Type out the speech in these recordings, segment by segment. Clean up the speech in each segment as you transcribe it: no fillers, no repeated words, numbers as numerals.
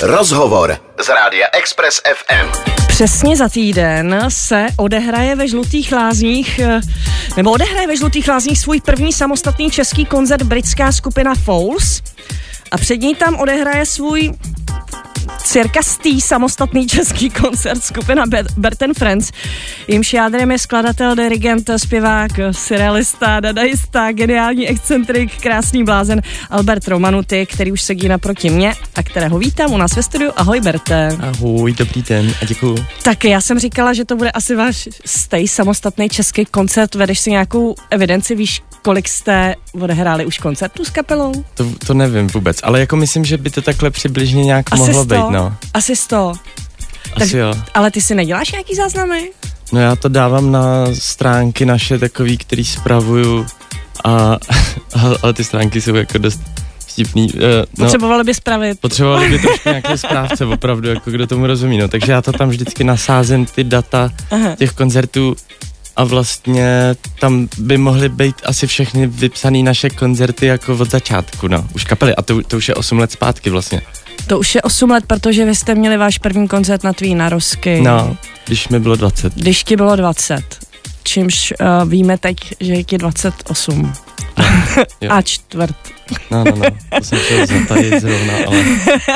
Rozhovor z Rádia Express FM. Přesně za týden se odehraje ve Žlutých Lázních, svůj první samostatný český koncert britská skupina Fouls a před ní tam odehraje svůj cirka samostatný český koncert skupina Bert & Friends. Jimž jádrem je skladatel, dirigent, zpěvák, surrealista, dadaista, geniální excentrik, krásný blázen Albert Romanuty, který už sedí naproti mě a kterého vítám u nás ve studiu. Ahoj, Berte. Ahoj, dobrý den a děkuju. Tak já jsem říkala, že to bude asi váš samostatný český koncert. Vedeš si nějakou evidenci, víš, kolik jste odehráli už koncertů s kapelou? To nevím vůbec, ale jako myslím, že by to takhle přibližně nějak asi mohlo 100, být, no. Asi 100. Asi jo. Ale ty si neděláš nějaký záznamy? No já to dávám na stránky naše takový, který spravuju ale ty stránky jsou jako dost vtipný. Potřebovali by spravit. Potřebovali by trošku nějaké správce, opravdu, jako kdo tomu rozumí, no. Takže já to tam vždycky nasázím, ty data těch koncertů a vlastně tam by mohly být asi všechny vypsané naše koncerty jako od začátku, no. Už kapely a to už je 8 let zpátky vlastně. To už je 8 let, protože vy jste měli váš první koncert na tvý narozky. No, když mi bylo 20. Když ti bylo 20. Čímž víme teď, že je ti 28. No, a čtvrt. No, to jsem chtěl zatajit zrovna, ale...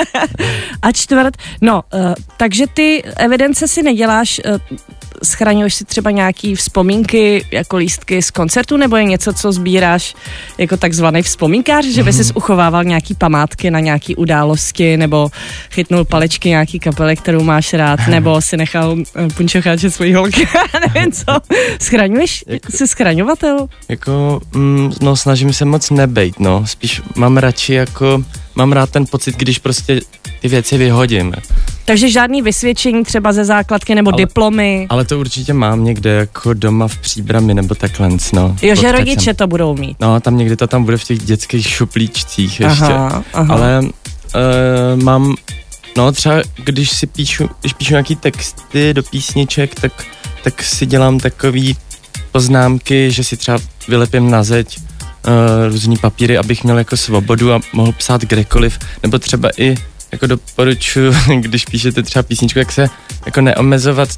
A čtvrt, no, takže ty evidence si neděláš, schraňuješ si třeba nějaký vzpomínky, jako lístky z koncertu, nebo je něco, co sbíráš jako takzvaný vzpomínkář, že by si uchovával nějaký památky na nějaký události, nebo chytnul palečky nějaký kapely, kterou máš rád, nebo si nechal punčocháče svojí holky, nevím co. Schraňuješ? Jsi schraňovatel? Jako, no snažím se moc nebejt, no. Spíš mám rád ten pocit, když prostě ty věci vyhodím. Takže žádný vysvědčení třeba ze základky nebo diplomy. Ale to určitě mám někde jako doma v Příbrami nebo takhle, no. Jo, že rodiče to budou mít. No, tam někdy to tam bude v těch dětských šuplíčcích ještě. Aha. Ale mám, no třeba když píšu nějaký texty do písniček, tak si dělám takový poznámky, že si třeba vylepím na zeď různý papíry, abych měl jako svobodu a mohl psát kdekoliv, nebo třeba i jako doporučuji, když píšete třeba písničku, jak se jako neomezovat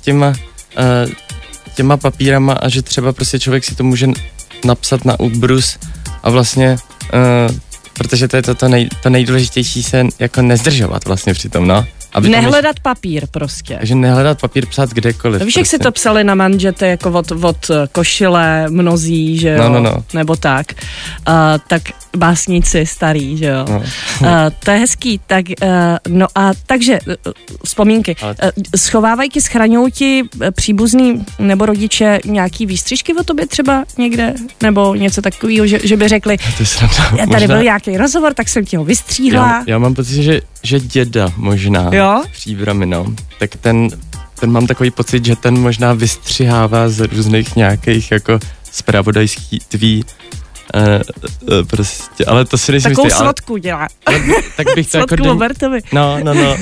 těma papírama a že třeba prostě člověk si to může napsat na úbrus a vlastně, protože to je to nejdůležitější se jako nezdržovat vlastně přitom, no. Nehledat papír prostě. Takže nehledat papír, psát kdekoliv. Víš, jak si to psali na manžete, jako od košile mnozí, že jo? No. Nebo tak. Tak básníci starý, že jo? No. To je hezký. Tak, no a takže vzpomínky. Schovávají ti, schraňují ti příbuzný nebo rodiče nějaký výstřižky o tobě třeba někde? Nebo něco takového, že by řekli, tady byl nějaký rozhovor, tak jsem ti ho vystříhla. Já mám pocit, že děda možná. Jo? Příbrami, no. Tak ten mám takový pocit, že ten možná vystřihává z různých nějakých jako zpravodajství prostě, ale to si nejsem jistý. Takovou sladku dělá. Tak bych to sladku jako... Robertovi. No.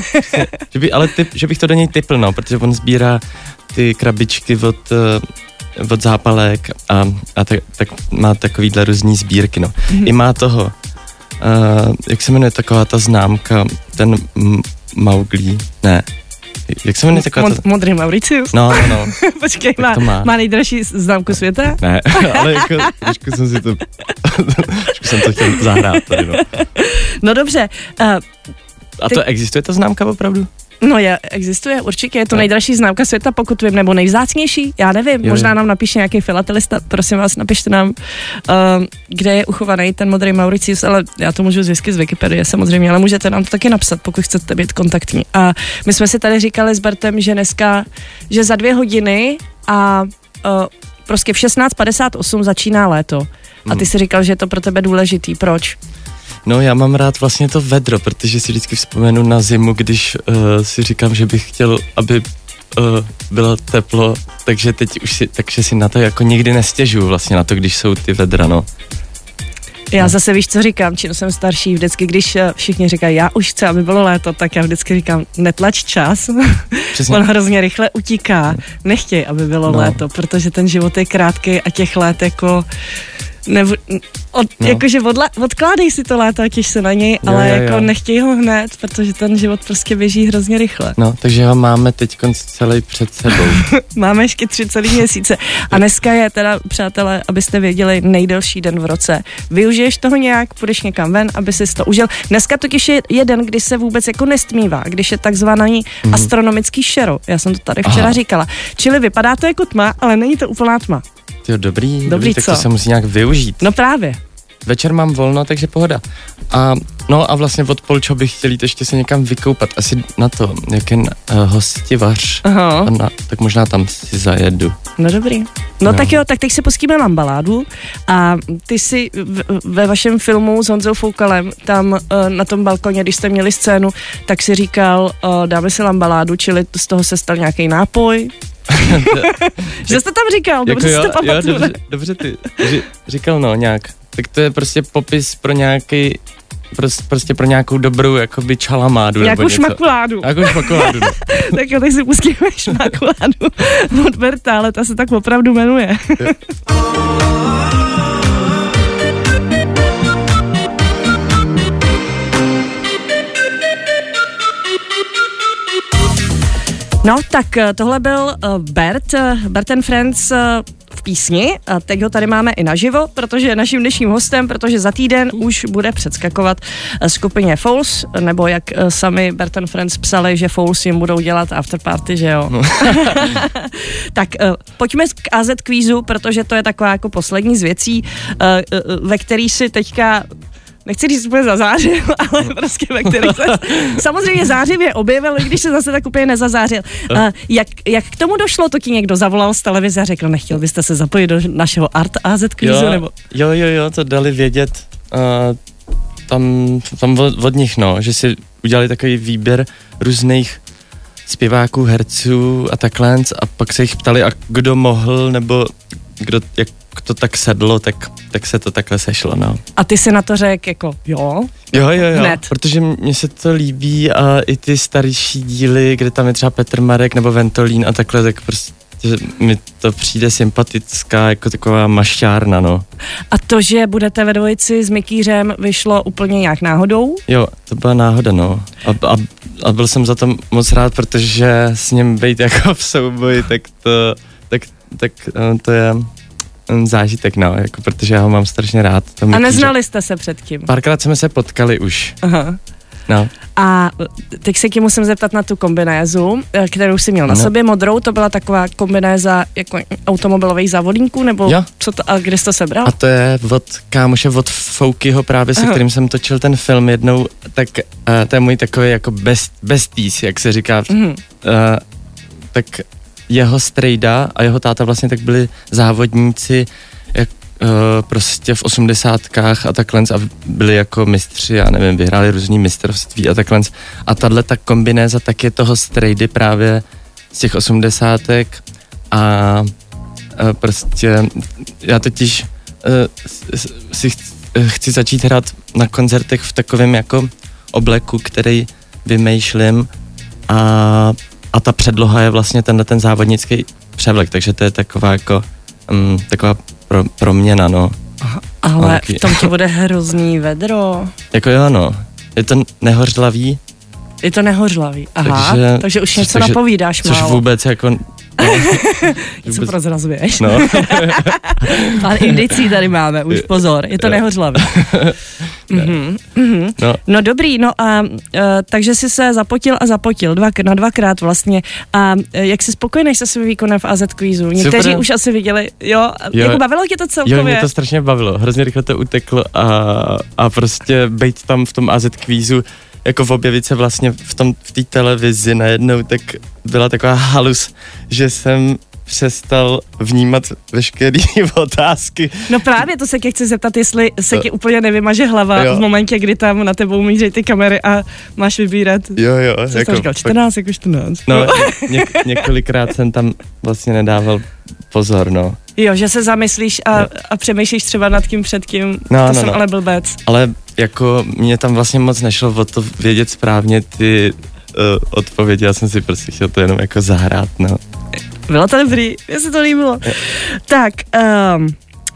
Že bych to do něj tipl, no, protože on sbírá ty krabičky od zápalek a tak má takovýhle různý sbírky, no. I má toho, jak se jmenuje taková ta známka, ten Mowgli, ne. Jak se jmenuje taková ta... Modrý Mauricius? No. Počkej, má nejdražší známku světa? Ne, ale jako trošku jsem to chtěl zahrát tady, no. No dobře. A to existuje ta známka opravdu? No existuje, určitě, je to nejdražší známka světa, pokud vím, nebo nejvzácnější, já nevím, možná nám napíše nějaký filatelista, prosím vás, napište nám, kde je uchovaný ten modrý Mauricius, ale já to můžu zjistit z Wikipedie samozřejmě, ale můžete nám to taky napsat, pokud chcete být kontaktní. A my jsme si tady říkali s Bertem, že dneska, že za 2 hodiny a prostě v 16:58 začíná léto. A ty si říkal, že je to pro tebe důležitý, proč? No, já mám rád vlastně to vedro, protože si vždycky vzpomenu na zimu, když si říkám, že bych chtěl, aby bylo teplo, takže teď už takže si na to jako nikdy nestěžuju vlastně na to, když jsou ty vedra, no. Já zase víš, co říkám, čím jsem starší, vždycky, když všichni říkají, já už chci, aby bylo léto, tak já vždycky říkám, netlač čas, on hrozně rychle utíká, nechtěj, aby bylo léto, protože ten život je krátký a těch let jako Jakože odkládej si to léto a těš se na něj, ale jako nechtěj ho hned, protože ten život prostě běží hrozně rychle. No, takže ho máme teď celý před sebou. Máme ještě 3 celý měsíce. A dneska je teda, přátelé, abyste věděli, nejdelší den v roce. Využiješ toho nějak, půjdeš někam ven, aby si to užil. Dneska totiž je den, kdy se vůbec jako nestmívá, když je takzvaný astronomický šero. Já jsem to tady včera říkala. Čili vypadá to jako tma, ale není to úplná tma. Jo, dobrý, tak co? to se musí nějak využít. No právě. Večer mám volno, takže pohoda. A vlastně od Polčo bych chtěl jít ještě se někam vykoupat. Asi na to, jak je Hostivař. Tak možná tam si zajedu. No dobrý. No tak jo, tak teď se pustíme Lambaládu a ty si ve vašem filmu s Honzou Foukalem tam na tom balkoně, když jste měli scénu, tak si říkal, dáme si Lambaládu, čili z toho se stal nějaký nápoj. Že jste tam říkal, dobře jste pamatuju. Dobře ty říkal nějak. Tak to je prostě popis pro nějaký, prostě pro nějakou dobrou jakoby čalamádu. Nějakou šmakuládu. Nějakou šmakuládu, no. Tak jo, tak si pustíme šmakuládu od Berta, ale ta se tak opravdu jmenuje. No, tak tohle byl Bert and Friends v písni a teď ho tady máme i naživo, protože je naším dnešním hostem, protože za týden už bude předskakovat skupině Fouls, nebo jak sami Bert and Friends psali, že Fouls jim budou dělat afterparty, že jo? No. Tak pojďme k AZ kvízu, protože to je taková jako poslední z věcí, ve který si teďka nechci říct, že bude zazářil, ale prostě ve kterých se samozřejmě zářivě objevil, i když se zase tak úplně nezazářil. Jak k tomu došlo? To ti někdo zavolal z televize a řekl, nechtěl byste se zapojit do našeho Art AZ kvízu? Nebo? Jo, to dali vědět tam od nich, že si udělali takový výběr různých zpěváků, herců a takhle a pak se jich ptali, a kdo mohl, nebo kdo, jak to tak sedlo, tak se to takhle sešlo, no. A ty si na to řekl jako jo? Jo, protože mně se to líbí a i ty starší díly, kde tam je třeba Petr Marek nebo Ventolín a takhle, tak prostě mi to přijde sympatická, jako taková mašťárna, no. A to, že budete ve dvojici s Mikýřem, vyšlo úplně nějak náhodou? Jo, to byla náhoda, no. A byl jsem za to moc rád, protože s ním být jako v souboji, tak to je zážitek, no, jako, protože já ho mám strašně rád. A neznali jste se předtím? Párkrát jsme se potkali už. Aha. No. A teď se ti musím zeptat na tu kombinézu, kterou jsi měl na sobě, modrou, to byla taková kombinéza jako automobilových závodníků, nebo co to, a kde jsi to sebral? A to je od kámoše, od Foukyho právě, se kterým jsem točil ten film jednou, tak to je můj takový jako besties, jak se říká. Tak jeho strejda a jeho táta vlastně tak byli závodníci prostě v 80kách a takhle a byli jako mistři, já nevím, vyhráli různý mistrovství a takhle. A tahle ta kombinéza tak je toho strejdy právě z těch 80k a prostě já totiž si chci začít hrát na koncertech v takovém jako obleku, který vymýšlím a ta předloha je vlastně ten závodnický převlek, takže to je taková jako taková proměna, no. Ale v tom ti bude hrozný vedro. Jako jo, no. Je to nehořlavý. Je to nehořlavý, aha. Takže už něco napovídáš málo. Což vůbec jako... Co prozrazuješ? No. Ale indicí tady máme, už pozor, je to nehořlavý. No dobrý, no a takže jsi se zapotil dvakrát vlastně. A jak jsi spokojený se svým výkonem v AZ kvízu? Někteří už asi viděli, jo? Jako bavilo tě to celkově? Jo, mě to strašně bavilo, hrozně rychle to uteklo a prostě bejt tam v tom AZ kvízu, jako objevit se vlastně v té televizi najednou, tak byla taková halus, že jsem přestal vnímat veškeré otázky. No právě, to se tě chci zeptat, jestli se ti úplně nevymaže hlava v momentě, kdy tam na tebou míří ty kamery a máš vybírat. Jo. Co jako, říkal, 14 jako 14. No, několikrát jsem tam vlastně nedával pozor, no. Jo, že se zamyslíš a přemýšlíš třeba nad tím předtím, jsem ale blbec. Ale jako mě tam vlastně moc nešlo o to vědět správně ty odpovědi, já jsem si prostě chtěl to jenom jako zahrát, no. Bylo to dobrý, mně se to líbilo. Tak,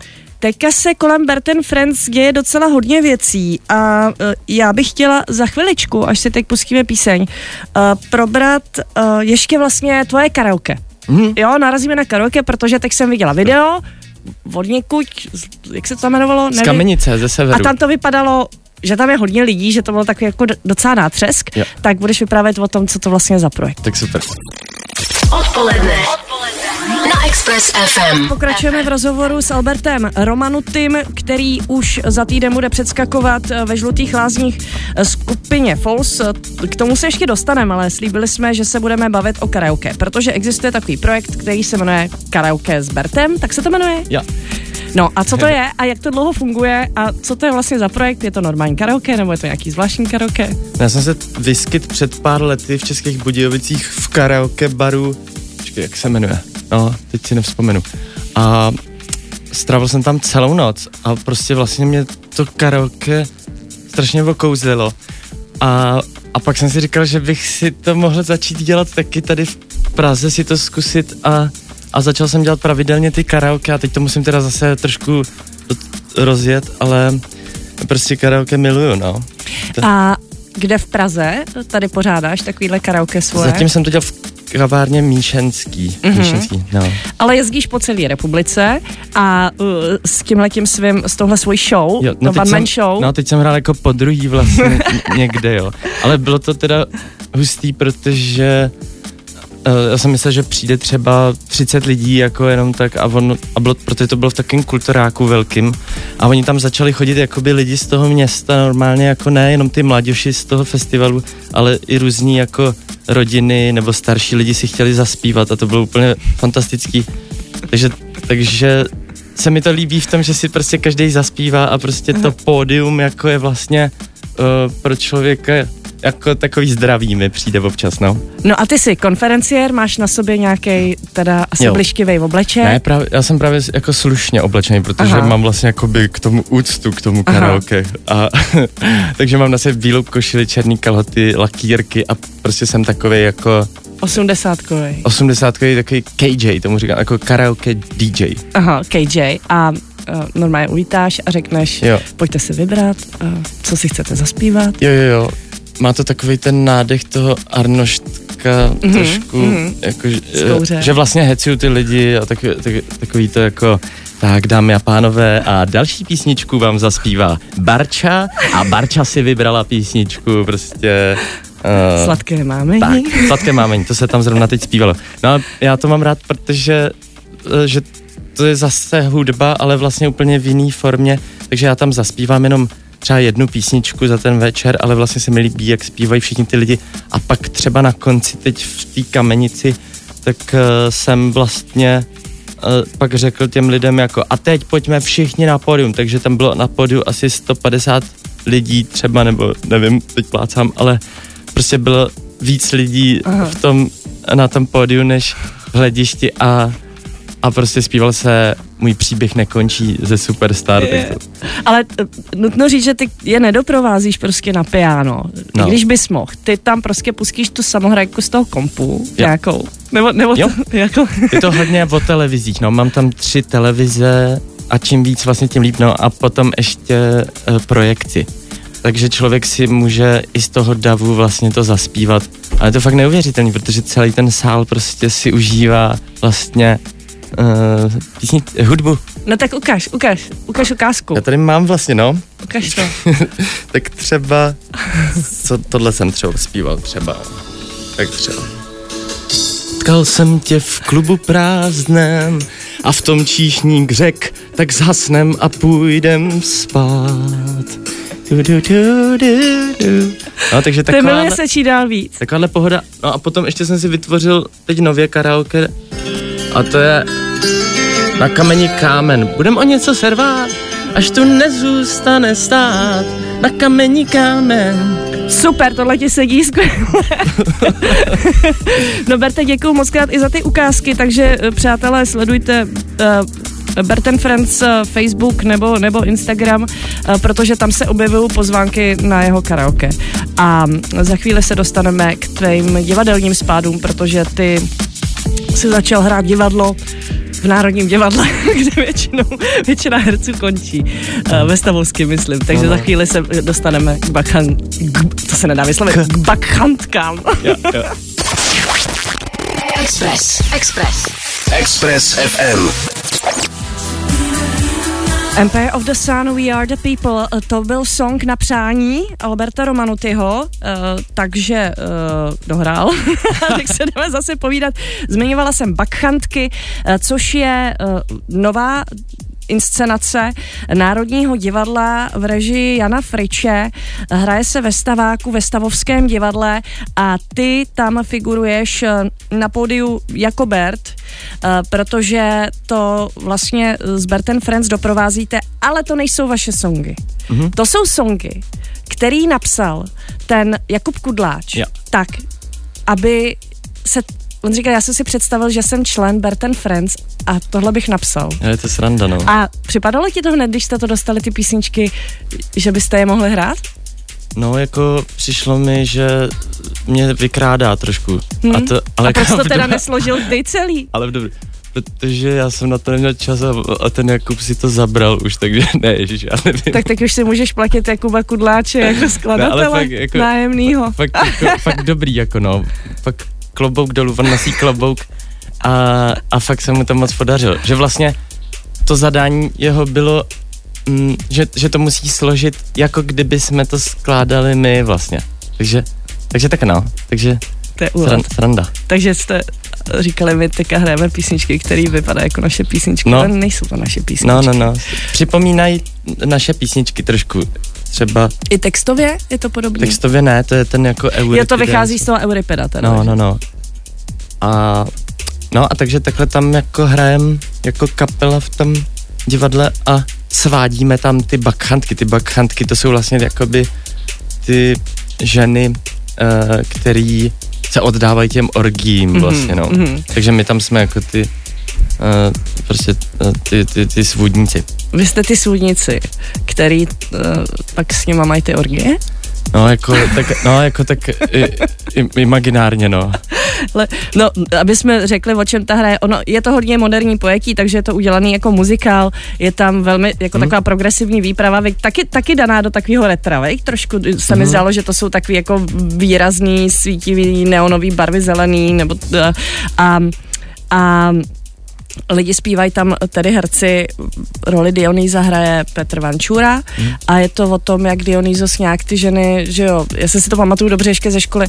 teďka se kolem Bert & Friends děje docela hodně věcí a já bych chtěla za chviličku, až si teď pustíme píseň, probrat ještě vlastně tvoje karaoke. Jo, narazíme na karaoke, protože teď jsem viděla video od někud, jak se to tam jmenovalo? Z Kamenice, ze severu. A tam to vypadalo, že tam je hodně lidí, že to bylo takový jako docela nátřesk, jo. Tak budeš vyprávět o tom, co to vlastně je za projekt. Tak super. Odpoledne na Express FM. Pokračujeme v rozhovoru s Albertem Romanutym, který už za týden bude předskakovat ve Žlutých lázních skupině False. K tomu se ještě dostaneme, ale slíbili jsme, že se budeme bavit o karaoke, protože existuje takový projekt, který se jmenuje Karaoke s Bertem, tak se to jmenuje? Jo. No a co to je a jak to dlouho funguje a co to je vlastně za projekt? Je to normální karaoke nebo je to nějaký zvláštní karaoke? Já jsem se vyskyt před pár lety v Českých Budějovicích v karaoke baru, jak se jmenuje, no, teď si nevzpomenu. A strávil jsem tam celou noc a prostě vlastně mě to karaoke strašně okouzlilo. A pak jsem si říkal, že bych si to mohl začít dělat taky tady v Praze, si to zkusit a začal jsem dělat pravidelně ty karaoke a teď to musím teda zase trošku rozjet, ale prostě karaoke miluju, no. A kde v Praze tady pořádáš takovýhle karaoke svoje? Zatím jsem to dělal v kavárně Míšenský, no. Ale jezdíš po celé republice a s tímhletím svým, s touhle svojí show, jo, to one-man show. No, teď jsem hrál jako podruhý vlastně někde, jo. Ale bylo to teda hustý, protože já jsem myslel, že přijde třeba 30 lidí jako jenom tak protože to bylo v takovém kulturáku velkým a oni tam začali chodit jakoby lidi z toho města normálně, jako ne jenom ty mladěši z toho festivalu, ale i různí jako rodiny nebo starší lidi si chtěli zaspívat a to bylo úplně fantastický. Takže se mi to líbí v tom, že si prostě každý zaspívá a prostě to pódium jako je vlastně pro člověka jako takový zdravý mi přijde občas, no. No a ty jsi konferenciér, máš na sobě nějaký teda asi blištivej obleček? Ne, já jsem právě jako slušně oblečený, protože mám vlastně jakoby k tomu úctu, k tomu karaoke. A takže mám na sebe bílou košili, černý kalhoty, lakírky a prostě jsem takovej jako 80kovej takový KJ, tomu říkám, jako karaoke DJ. Aha, KJ. A normálně uvítáš a řekneš, pojďte si vybrat, co si chcete zaspívat. Jo. Má to takový ten nádech toho Arnoštka trošku, jako, že vlastně hecuju ty lidi a takový to jako, tak dámy a pánové a další písničku vám zaspívá Barča a Barča si vybrala písničku prostě... Sladké mámení. Tak, Sladké mámení, to se tam zrovna teď zpívalo. No a já to mám rád, protože že to je zase hudba, ale vlastně úplně v jiný formě, takže já tam zaspívám jenom třeba jednu písničku za ten večer, ale vlastně se mi líbí, jak zpívají všichni ty lidi a pak třeba na konci teď v té Kamenici, tak jsem vlastně pak řekl těm lidem jako a teď pojďme všichni na pódium, takže tam bylo na pódiu asi 150 lidí třeba, nebo nevím, teď plácám, ale prostě bylo víc lidí na tom pódiu než v hledišti a prostě zpíval se Můj příběh nekončí ze Superstar. Ale nutno říct, že ty je nedoprovázíš prostě na piano. No. Když bys mohl, ty tam prostě pustíš tu samohrajku z toho kompu nějakou. Nebo jo. To, jako... Je to hodně o televizích, no. Mám tam 3 televize a čím víc vlastně tím líp, no. A potom ještě projekci. Takže člověk si může i z toho davu vlastně to zaspívat. Ale je to fakt neuvěřitelný, protože celý ten sál prostě si užívá vlastně hudbu. No tak ukáž ukázku. Já tady mám vlastně, no. Ukáž to. Tak třeba, co tohle jsem třeba zpíval třeba. Tak třeba. Potkal jsem tě v klubu prázdném a v tom číšník řek, tak zhasnem a půjdem spát. No, takže to miluje se čí dál víc. Takováhle pohoda. No a potom ještě jsem si vytvořil teď nově karaoke a to je Na kameni kámen. Budem o něco servát, až tu nezůstane stát. Na kameni kámen. Super, tohle ti sedí skvěle. No Berte, děkuju moc krát i za ty ukázky, takže přátelé, sledujte Bert & Friends Facebook nebo Instagram, protože tam se objevují pozvánky na jeho karaoke. A za chvíli se dostaneme k tvým divadelním spádům, protože ty si začal hrát divadlo v Národním divadle, kde většina herců končí. Ve Stavovském, myslím. Takže za chvíli se dostaneme k to se nedá vyslovit, k bakchantkám. Jo. Express FM. Empire of the Sun, We Are the People, to byl song na přání Alberta Romanutyho, takže dohrál, tak se jdeme zase povídat. Zmiňovala jsem bakchantky, což je nová inscenace Národního divadla v režii Jana Friče. Hraje se ve Staváku, ve Stavovském divadle a ty tam figuruješ na pódiu jako Bert, protože to vlastně s Bertem Friends doprovázíte, ale to nejsou vaše songy. Mm-hmm. To jsou songy, který napsal ten Jakub Kudláč, tak, aby se on říkal, já jsem si představil, že jsem člen Bert & Friends a tohle bych napsal. Je to sranda, no. A připadalo ti to hned, když jste to dostali, ty písničky, že byste je mohli hrát? No, jako přišlo mi, že mě vykrádá trošku. A proč to teda nesložil ty celý? Ale dobrý, protože já jsem na to neměl čas a ten Jakub si to zabral už, takže ne, ježiš, já nevím. Tak teď už si můžeš platit Jakuba Kudláče jako skladatele jako, nájemnýho. Fakt dobrý, jako no. Fakt klobouk dolů, on nosí klobouk a fakt se mu to moc podařilo. Že vlastně to zadání jeho bylo, že to musí složit, jako kdyby jsme to skládali my vlastně. Takže tak no, takže to je sranda. Takže jste říkali, my teďka hrajeme písničky, které vypadají jako naše písničky, ale nejsou to naše písničky. No. Připomínají naše písničky trošku. Třeba... I textově je to podobné? Textově ne, to je ten jako Euripida. Je to vychází z toho Euripida teda. No. A takže takhle tam jako hrajem jako kapela v tom divadle a svádíme tam ty bakchantky. Ty bakchantky to jsou vlastně jakoby ty ženy, který se oddávají těm orgím vlastně, no. Mm-hmm. Takže my tam jsme jako ty prostě ty svůdníci. Vy jste ty svůdníci, který pak s nima mají ty orgie? No, jako tak imaginárně, no. No, aby jsme řekli, o čem ta hra je, je to hodně moderní pojetí, takže je to udělaný jako muzikál, je tam velmi jako taková progresivní výprava, taky daná do takového retra, trošku se mi zdálo, že to jsou takový jako výrazný, svítivý, neonový barvy zelený, nebo a lidi zpívají tam tedy herci, roli Dionýza hraje Petr Vančura a je to o tom, jak Dionýzos nějak ty ženy, že jo, já si to pamatuju dobře ještě ze školy,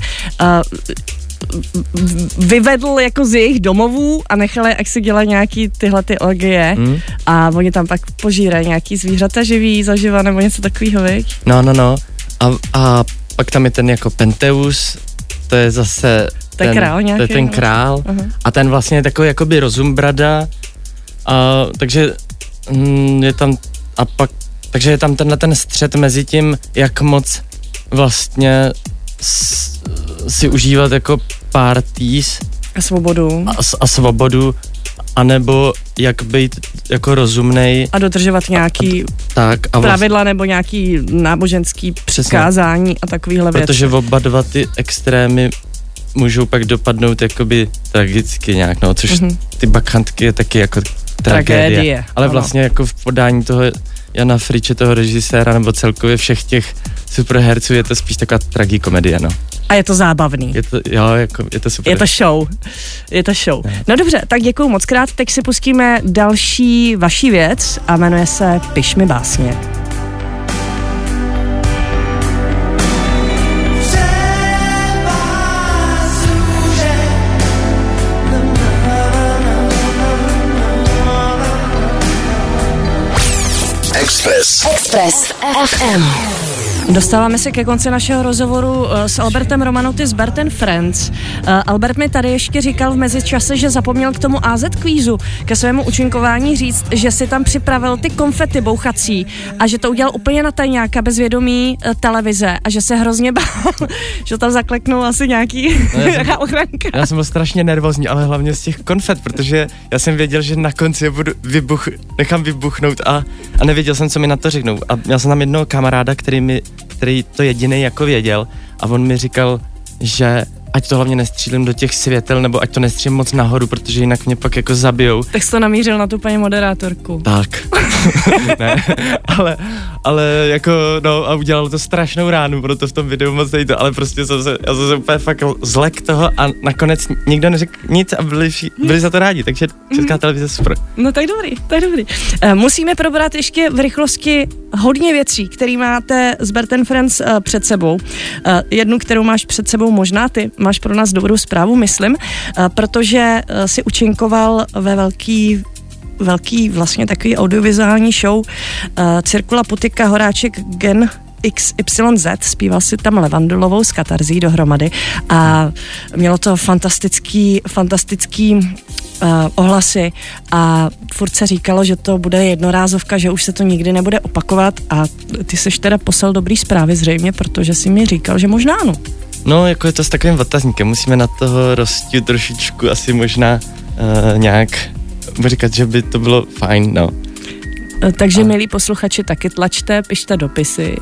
vyvedl jako z jejich domovů a nechali, jak si dělají nějaký tyhle ty orgie a oni tam pak požírají nějaký zvířata živý, zaživa nebo něco takového, viď? No. A pak tam je ten jako Penteus, to je zase ten král a ten vlastně je takový jakoby rozumbrada a takže je tam takže je tam ten střed mezi tím, jak moc vlastně si užívat jako parties a svobodu anebo jak být jako rozumnej a dodržovat nějaký pravidla nebo nějaký náboženský přikázání a takovýhle věci. Protože oba dva ty extrémy můžou pak dopadnout jakoby tragicky nějak, no, což ty bakchantky je taky jako tragédie. Ale vlastně jako v podání toho Jana Friče, toho režiséra, nebo celkově všech těch superherců je to spíš taková tragikomedie, no. A je to zábavný. Je to super. Je to show. No dobře, tak děkuju moc krát. Teď si pustíme další vaší věc a jmenuje se Piš mi básně. Express FM. Dostáváme se ke konci našeho rozhovoru s Albertem Romanuty z Bert & Friends. Albert mi tady ještě říkal v mezičase, že zapomněl k tomu AZ kvízu, ke svému účinkování říct, že si tam připravil ty konfety bouchací a že to udělal úplně na tajňáka bez vědomí televize a že se hrozně bál, že tam zakleknul asi nějaká ochranka. Já jsem byl strašně nervózní, ale hlavně z těch konfet, protože já jsem věděl, že na konci nechám vybuchnout a nevěděl jsem, co mi na to řeknou. A měl jsem tam jednoho kamaráda, který to jediný jako věděl a on mi říkal, že ať to hlavně nestřílím do těch světel, nebo ať to nestřílím moc nahoru, protože jinak mě pak jako zabijou. Tak jsi to namířil na tu paní moderátorku. Tak. Ne, ale jako, no a udělalo to strašnou ránu, proto v tom videu moc nejde, ale prostě já jsem se úplně fakt zlek toho a nakonec nikdo neřekl nic a byli za to rádi, takže Česká televize super. No tak dobrý. Musíme probrat ještě v rychlosti hodně věcí, které máte s Bert & Friends před sebou. Jednu, kterou máš před sebou možná ty, máš pro nás dobrou zprávu, myslím, protože si účinkoval ve velký vlastně takový audiovizuální show Cirkula Putika Horáček Gen XYZ, zpíval si tam Levandulovou s Katarzí dohromady a mělo to fantastický ohlasy a furt se říkalo, že to bude jednorázovka, že už se to nikdy nebude opakovat a ty seš teda poslal dobrý zprávy zřejmě, protože si mi říkal, že možná ano. No, jako je to s takovým otazníkem, musíme na toho Rostu trošičku asi možná nějak říkat, že by to bylo fajn, no. Takže milí posluchači, taky tlačte, pište dopisy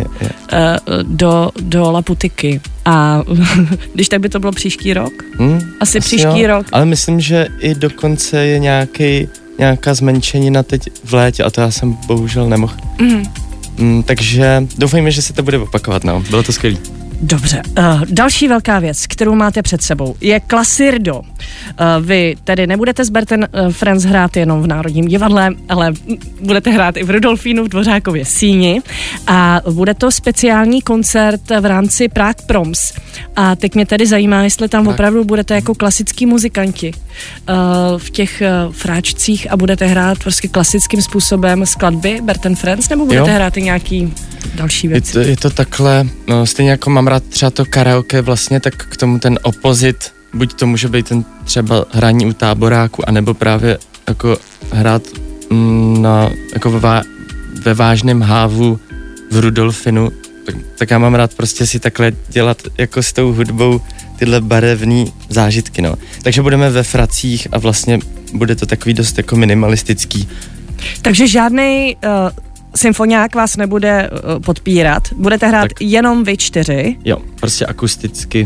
do Laputiky. A když tak by to bylo příští rok? Asi příští rok. Ale myslím, že i dokonce je nějaká zmenšenina teď v létě a to já jsem bohužel nemohl. Takže doufejme, že se to bude opakovat, no. Bylo to skvělý. Dobře. Další velká věc, kterou máte před sebou, je Klasirdo. Vy tedy nebudete s Bert & Friends hrát jenom v Národním divadle, ale budete hrát i v Rudolfínu v Dvořákově síni a bude to speciální koncert v rámci Prague Proms. A teď mě tedy zajímá, jestli tam opravdu budete jako klasický muzikanti v těch fráčcích a budete hrát prostě klasickým způsobem skladby Bert & Friends, nebo budete hrát i nějaký další věc? Je to takhle, no, stejně jako mám rád třeba to karaoke vlastně, tak k tomu ten opozit, buď to může být ten třeba hraní u táboráku, anebo právě jako hrát jako ve vážném hávu v Rudolfinu, tak já mám rád prostě si takhle dělat jako s tou hudbou tyhle barevný zážitky, no. Takže budeme ve fracích a vlastně bude to takový dost jako minimalistický. Takže žádnej symfoniák vás nebude podpírat, budete hrát jenom vy 4. Jo, prostě akusticky.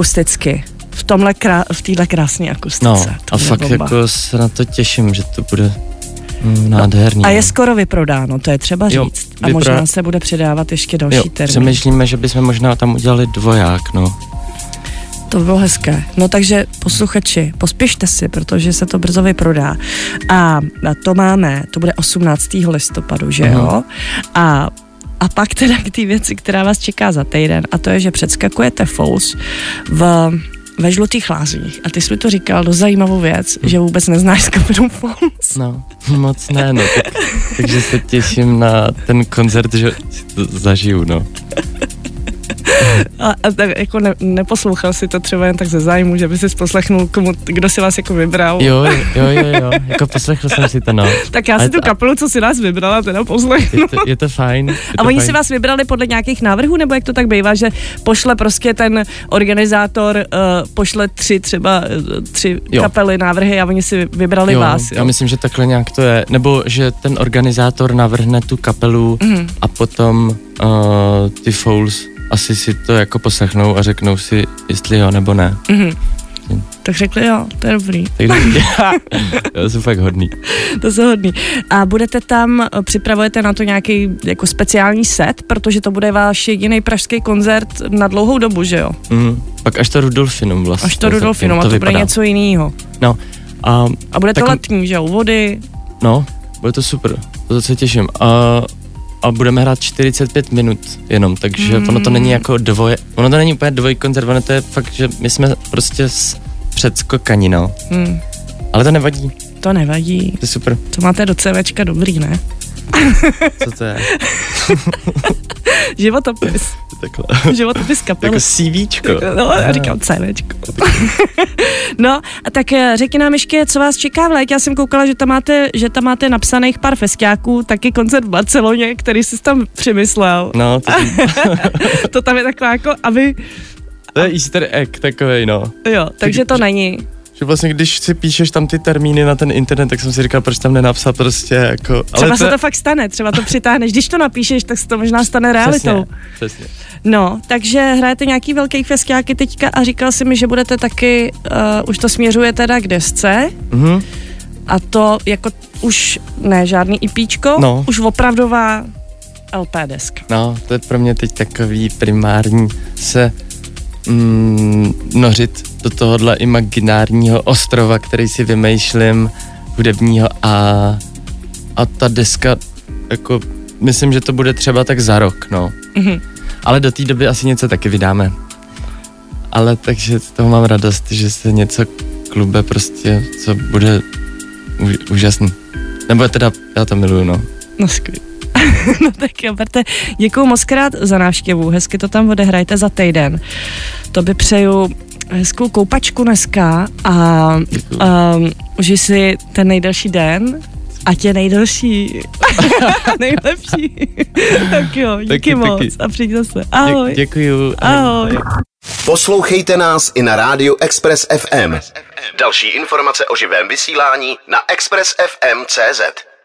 V téhle krásné akustice. No, a fakt bomba. Jako se na to těším, že to bude nádherný. A je skoro vyprodáno, to je třeba říct. A možná se bude přidávat ještě další termín. Přemýšlíme, že bychom možná tam udělali dvoják, no. To bylo hezké. No takže posluchači, pospěšte si, protože se to brzo vyprodá. A to bude 18. listopadu, že jo? A pak teda k té věci, která vás čeká za týden, a to je, že předskakujete Fouls ve Žlutých lázních. A ty jsi mi to říkal dost zajímavou věc, že vůbec neznáš skupinu Fouls. No, moc ne, no. Takže se těším na ten koncert, že si to zažiju, no. A tak jako neposlouchal si to třeba jen tak ze zájmu, že by si poslechnul, kdo si vás jako vybral. Jo, jako poslechl jsem si to, no. Tak já si tu kapelu, co si nás vybrala, teda poslechnu. Je to fajn. A oni si vás vybrali podle nějakých návrhů, nebo jak to tak bývá, že pošle prostě ten organizátor, pošle tři kapely návrhy a oni si vybrali vás. Jo? Já myslím, že takhle nějak to je, nebo že ten organizátor navrhne tu kapelu a potom ty Fouls asi si to jako poslechnou a řeknou si, jestli jo nebo ne. Tak řekli jo, to je dobrý. To jsou fakt hodný. To jsou hodný. A budete tam, připravujete na to nějaký jako speciální set, protože to bude váš jediný pražský koncert na dlouhou dobu, že jo? Pak až to Rudolfinum vlastně. Až to Rudolfinum, a to bude něco jiného. No. A bude to letní, že jo, u vody. No, bude to super, to se těším. A budeme hrát 45 minut jenom, takže ono to není jako ono to není úplně dvojkoncert, ono to je fakt, že my jsme prostě předskokani, no. Ale to nevadí. To nevadí. To je super. To máte do CVčka dobrý, ne? Co to je? Životopis. Takhle. Životopis kapely. Jako CVčko. No, říkám CVčko. No, a tak řekni nám ještě, co vás čeká v létě. Já jsem koukala, že tam máte napsaných pár festiáků, taky koncert v Barceloně, který jsi tam přemyslel. No, to tam je taková jako, aby... To je easter egg takovej, no. Jo, takže to není. že vlastně když si píšeš tam ty termíny na ten internet, tak jsem si říkal, proč tam nenapsat prostě jako... Třeba se to fakt stane, třeba to přitáhneš, když to napíšeš, tak se to možná stane realitou. Přesně. No, takže hrajete nějaký velký festiáky teďka a říkal si mi, že budete taky, už to směřuje teda k desce. Mhm. A to jako už ne žádný EPčko, už opravdová LP deska. No, to je pro mě teď takový primární se nořit do tohohle imaginárního ostrova, který si vymýšlím, hudebního a ta deska, jako myslím, že to bude třeba tak za rok, no. Mm-hmm. Ale do té doby asi něco taky vydáme. Ale takže z toho mám radost, že se něco klube prostě, co bude úžasný. Nebo teda, já to miluju, no. No skvělý. No tak jo, Berte, děkuju moc krát za návštěvu, hezky to tam odehrajte za týden. To by přeju hezkou koupačku dneska a užij si ten nejdelší den, ať je nejdelší. Nejlepší. Tak jo, díky moc a přijď zase. Ahoj. Děkuju. Ahoj. Poslouchejte nás i na rádiu Express FM. Další informace o živém vysílání na expressfm.cz.